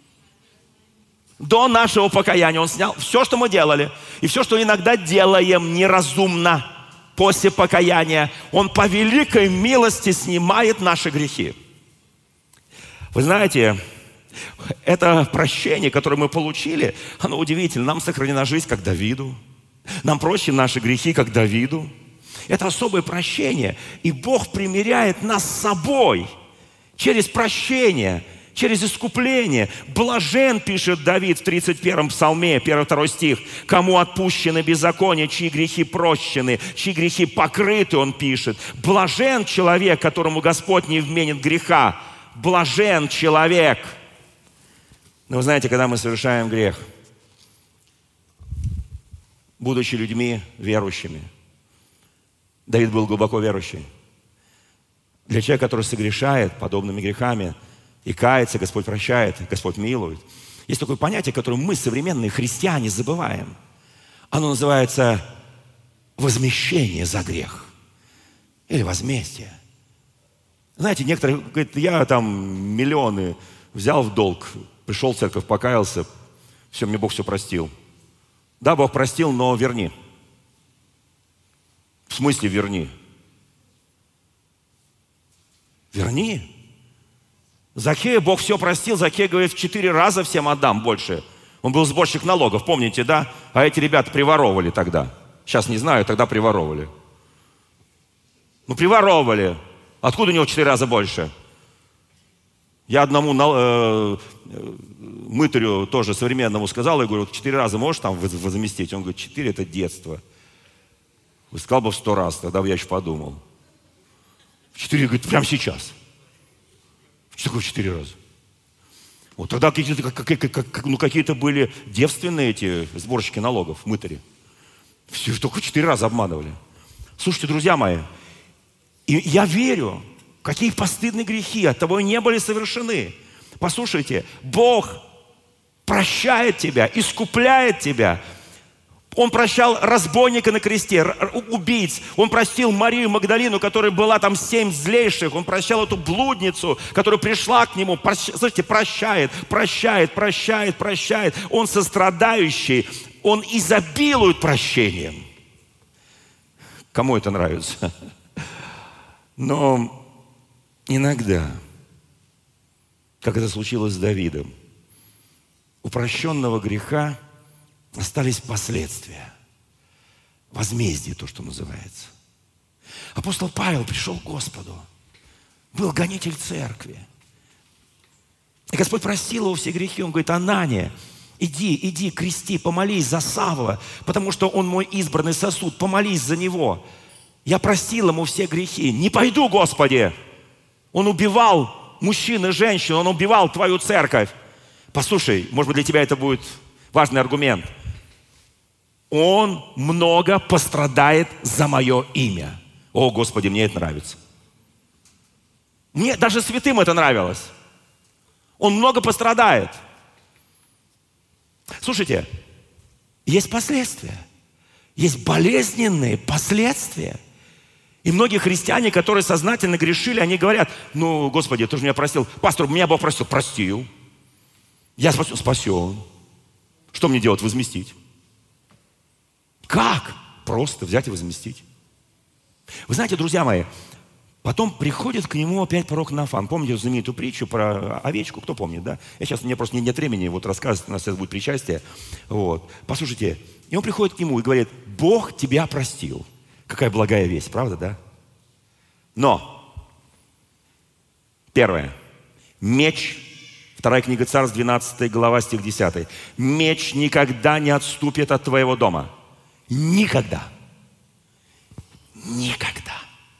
До нашего покаяния Он снял все, что мы делали, и все, что иногда делаем неразумно после покаяния. Он по великой милости снимает наши грехи. Вы знаете, это прощение, которое мы получили, оно удивительно. Нам сохранена жизнь, как Давиду. Нам проще наши грехи, как Давиду. Это особое прощение. И Бог примиряет нас с собой через прощение, через искупление. Блажен, пишет Давид в тридцать первом псалме, первый-второй стих, кому отпущены беззакония, чьи грехи прощены, чьи грехи покрыты, он пишет. Блажен человек, которому Господь не вменит греха. Блажен человек. Но вы знаете, когда мы совершаем грех, будучи людьми верующими, Давид был глубоко верующий. Для человека, который согрешает подобными грехами и кается, Господь прощает, Господь милует. Есть такое понятие, которое мы, современные христиане, забываем. Оно называется возмещение за грех или возмездие. Знаете, некоторые говорят, я там миллионы взял в долг, пришел в церковь, покаялся, все, мне Бог все простил. Да, Бог простил, но верни. В смысле верни? Верни. Закею Бог все простил. Закей говорит, в четыре раза всем отдам больше. Он был сборщик налогов, помните, да? А эти ребята приворовывали тогда. Сейчас не знаю, тогда приворовывали. Ну, приворовывали. Откуда у него в четыре раза больше? Я одному э, мытарю тоже современному сказал, я говорю, четыре раза можешь там возместить? Он говорит, четыре это детство. Сказал бы в сто раз, тогда бы я еще подумал. В четыре, говорит, прямо сейчас. Что такое в четыре раза? Вот тогда какие-то, как, как, как, ну, какие-то были девственные эти сборщики налогов, мытари. Все только четыре раза обманывали. Слушайте, друзья мои, и я верю, какие постыдные грехи от того и не были совершены. Послушайте, Бог прощает тебя, искупляет тебя. Он прощал разбойника на кресте, убийц. Он простил Марию Магдалину, которая была там семь злейших. Он прощал эту блудницу, которая пришла к нему. Прощ... Слушайте, прощает, прощает, прощает, прощает. Он сострадающий, он изобилует прощением. Кому это нравится? Но иногда, как это случилось с Давидом, у прощенного греха остались последствия. Возмездие, то, что называется. Апостол Павел пришел к Господу. Был гонитель церкви. И Господь простил его все грехи. Он говорит, Анания, иди, иди, крести, помолись за Савла, потому что он мой избранный сосуд. Помолись за него. Я простил ему все грехи. Не пойду, Господи. Он убивал мужчин и женщин. Он убивал твою церковь. Послушай, может быть, для тебя это будет важный аргумент. Он много пострадает за мое имя. О, Господи, мне это нравится. Мне даже святым это нравилось. Он много пострадает. Слушайте, есть последствия. Есть болезненные последствия. И многие христиане, которые сознательно грешили, они говорят, ну, Господи, ты же меня простил. Пастор, меня Бог простил. Простил. Я спасен. Спасен. Что мне делать? Возместить. Как? Просто взять и возместить. Вы знаете, друзья мои, потом приходит к нему опять пророк Нафан. Помните знаменитую притчу про овечку? Кто помнит, да? Я сейчас, мне просто нет времени вот рассказывать, у нас сейчас будет причастие. Вот. Послушайте, и он приходит к нему и говорит, Бог тебя простил. Какая благая весть, правда, да? Но, первое, меч, вторая книга Царств, двенадцатая глава, стих десятый. Меч никогда не отступит от твоего дома. Никогда. Никогда.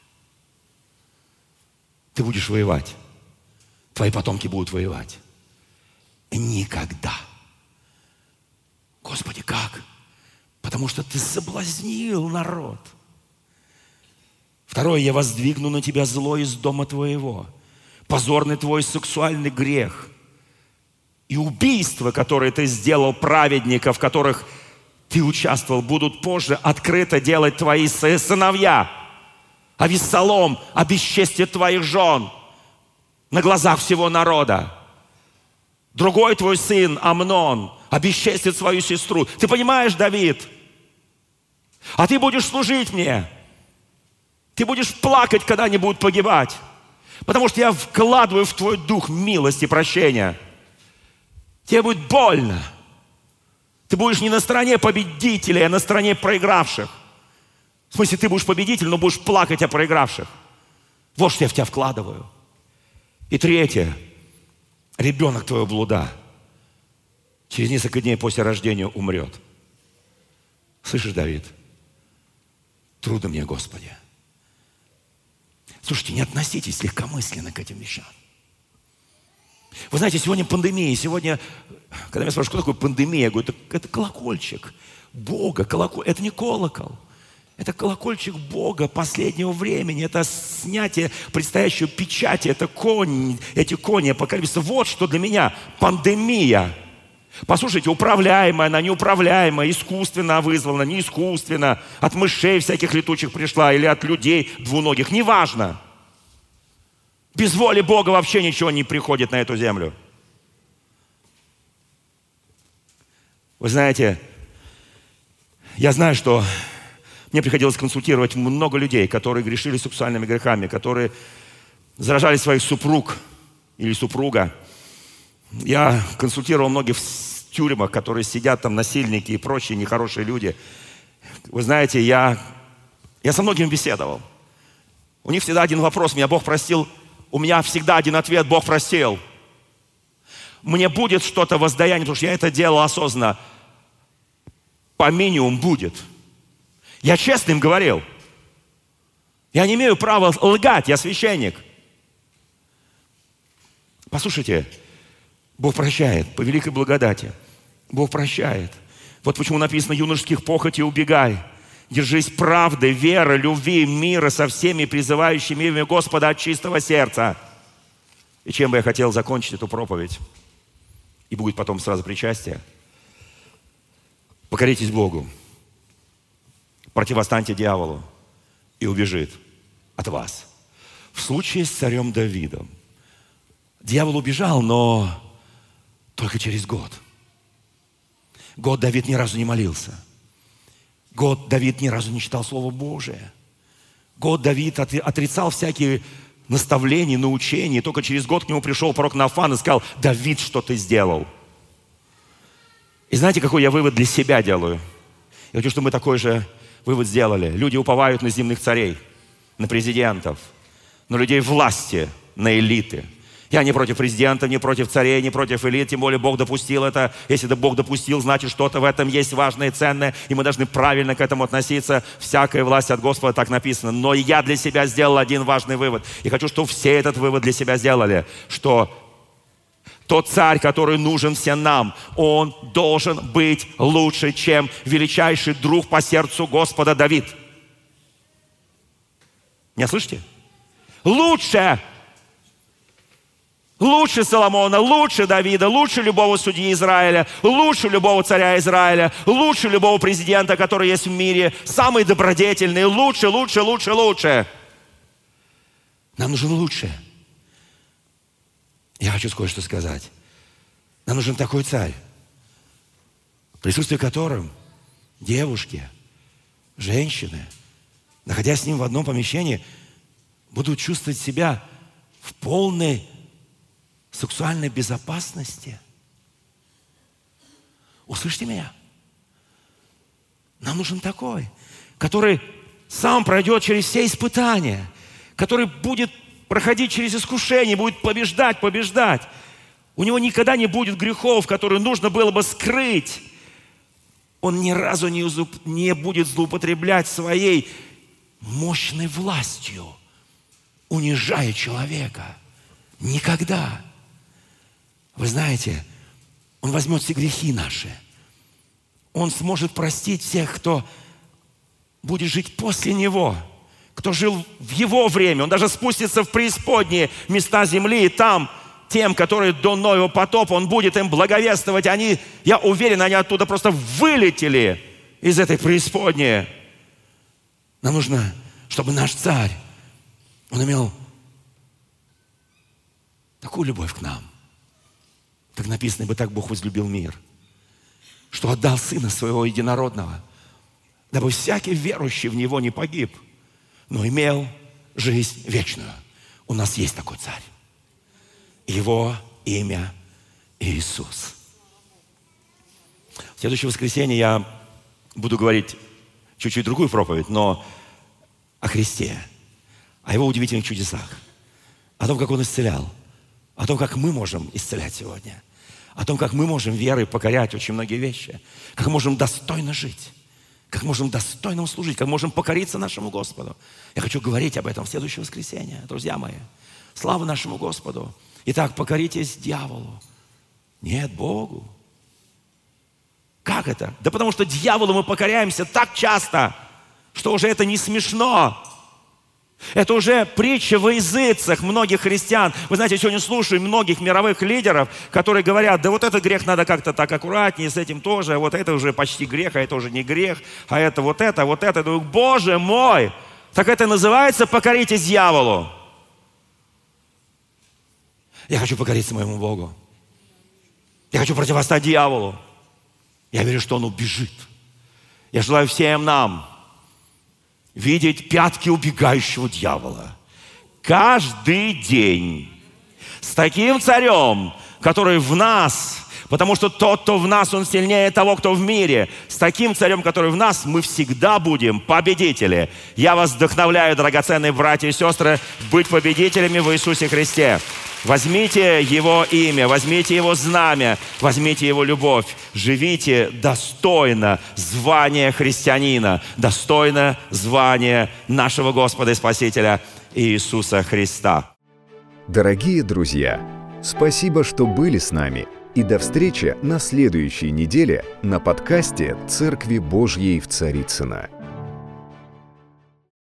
Ты будешь воевать. Твои потомки будут воевать. Никогда. Господи, как? Потому что ты соблазнил народ. Второе, я воздвигну на тебя зло из дома твоего. Позорный твой сексуальный грех. И убийства, которые ты сделал праведников, в которых ты участвовал, будут позже открыто делать твои сыновья. Авессалом обесчестит твоих жен на глазах всего народа. Другой твой сын, Амнон, обесчестит свою сестру. Ты понимаешь, Давид? А ты будешь служить мне. Ты будешь плакать, когда они будут погибать. Потому что я вкладываю в твой дух милость и прощение. Тебе будет больно. Ты будешь не на стороне победителей, а на стороне проигравших. В смысле, ты будешь победитель, но будешь плакать о проигравших. Вот что я в тебя вкладываю. И третье. Ребенок твоего блуда через несколько дней после рождения умрет. Слышишь, Давид? Трудно мне, Господи. Слушайте, не относитесь легкомысленно к этим вещам. Вы знаете, сегодня пандемия. Сегодня, когда меня спрашивают, что такое пандемия, я говорю, это, это колокольчик Бога. Колокол... Это не колокол. Это колокольчик Бога последнего времени. Это снятие предстоящего печати. Это конь, эти кони апокалипсиса. Вот что для меня пандемия. Послушайте, управляемая, она неуправляемая, искусственно вызвана, не искусственно, от мышей всяких летучих пришла или от людей двуногих, неважно. Без воли Бога вообще ничего не приходит на эту землю. Вы знаете, я знаю, что мне приходилось консультировать много людей, которые грешили сексуальными грехами, которые заражали своих супруг или супруга. Я консультировал многих в тюрьмах, которые сидят там, насильники и прочие нехорошие люди. Вы знаете, я, я со многими беседовал. У них всегда один вопрос: меня Бог простил. У меня всегда один ответ: Бог простил. Мне будет что-то воздаяние, потому что я это делал осознанно. По минимуму будет. Я честно им говорил. Я не имею права лгать, я священник. Послушайте, Бог прощает по великой благодати. Бог прощает. Вот почему написано: юношеских похотей убегай. Держись правды, веры, любви, мира со всеми призывающими имя Господа от чистого сердца. И чем бы я хотел закончить эту проповедь? И будет потом сразу причастие. Покоритесь Богу. Противостаньте дьяволу, и убежит от вас. В случае с царем Давидом дьявол убежал, но только через год. Год Давид ни разу не молился. Год Давид ни разу не читал Слово Божие. Год Давид отрицал всякие наставления, научения. И только через год к нему пришел пророк Нафан и сказал: Давид, что ты сделал? И знаете, какой я вывод для себя делаю? Я хочу, чтобы мы такой же вывод сделали. Люди уповают на земных царей, на президентов, на людей власти, на элиты. Я не против президента, не против царей, не против элит, тем более Бог допустил это. Если это Бог допустил, значит, что-то в этом есть важное и ценное, и мы должны правильно к этому относиться. Всякая власть от Господа, так написано. Но я для себя сделал один важный вывод. И хочу, чтобы все этот вывод для себя сделали, что тот царь, который нужен всем нам, он должен быть лучше, чем величайший друг по сердцу Господа Давид. Меня слышите? Лучше! Лучше Соломона, лучше Давида, лучше любого судьи Израиля, лучше любого царя Израиля, лучше любого президента, который есть в мире, самый добродетельный, лучше, лучше, лучше, лучше. Нам нужен лучше. Я хочу кое-что сказать. Нам нужен такой царь, в присутствии которым девушки, женщины, находясь с ним в одном помещении, будут чувствовать себя в полной сексуальной безопасности. Услышьте меня. Нам нужен такой, который сам пройдет через все испытания, который будет проходить через искушение, будет побеждать, побеждать. У него никогда не будет грехов, которые нужно было бы скрыть. Он ни разу не, узуп... не будет злоупотреблять своей мощной властью, унижая человека. Никогда. Вы знаете, Он возьмет все грехи наши. Он сможет простить всех, кто будет жить после Него, кто жил в Его время. Он даже спустится в преисподние места земли, и там тем, которые до Ноева потопа, Он будет им благовествовать. Они, я уверен, они оттуда просто вылетели из этой преисподней. Нам нужно, чтобы наш царь, он имел такую любовь к нам. Как написано: ибо так Бог возлюбил мир, что отдал Сына Своего Единородного, дабы всякий верующий в Него не погиб, но имел жизнь вечную. У нас есть такой царь. Его имя Иисус. следующее воскресенье я буду говорить чуть-чуть другую проповедь, но о Христе, о Его удивительных чудесах, о том, как Он исцелял, о том, как мы можем исцелять сегодня, о том, как мы можем верой покорять очень многие вещи, как можем достойно жить, как можем достойно служить, как можем покориться нашему Господу. Я хочу говорить об этом в следующее воскресенье, друзья мои. Слава нашему Господу. Итак, покоритесь дьяволу. Нет, Богу. Как это? Да потому что дьяволу мы покоряемся так часто, что уже это не смешно. Это уже притча во языцах многих христиан. Вы знаете, я сегодня слушаю многих мировых лидеров, которые говорят, да вот этот грех надо как-то так аккуратнее, с этим тоже, а вот это уже почти грех, а это уже не грех, а это вот это, вот это. Я думаю, Боже мой, так это называется покоритесь дьяволу. Я хочу покориться моему Богу. Я хочу противостать дьяволу. Я верю, что он убежит. Я желаю всем нам видеть пятки убегающего дьявола. Каждый день. С таким царем, который в нас, потому что тот, кто в нас, он сильнее того, кто в мире. С таким царем, который в нас, мы всегда будем победители. Я вас вдохновляю, драгоценные братья и сестры, быть победителями в Иисусе Христе. Возьмите Его имя, возьмите Его знамя, возьмите Его любовь. Живите достойно звания христианина, достойно звания нашего Господа и Спасителя Иисуса Христа. Дорогие друзья, спасибо, что были с нами. И до встречи на следующей неделе на подкасте «Церкви Божьей в Царицыно».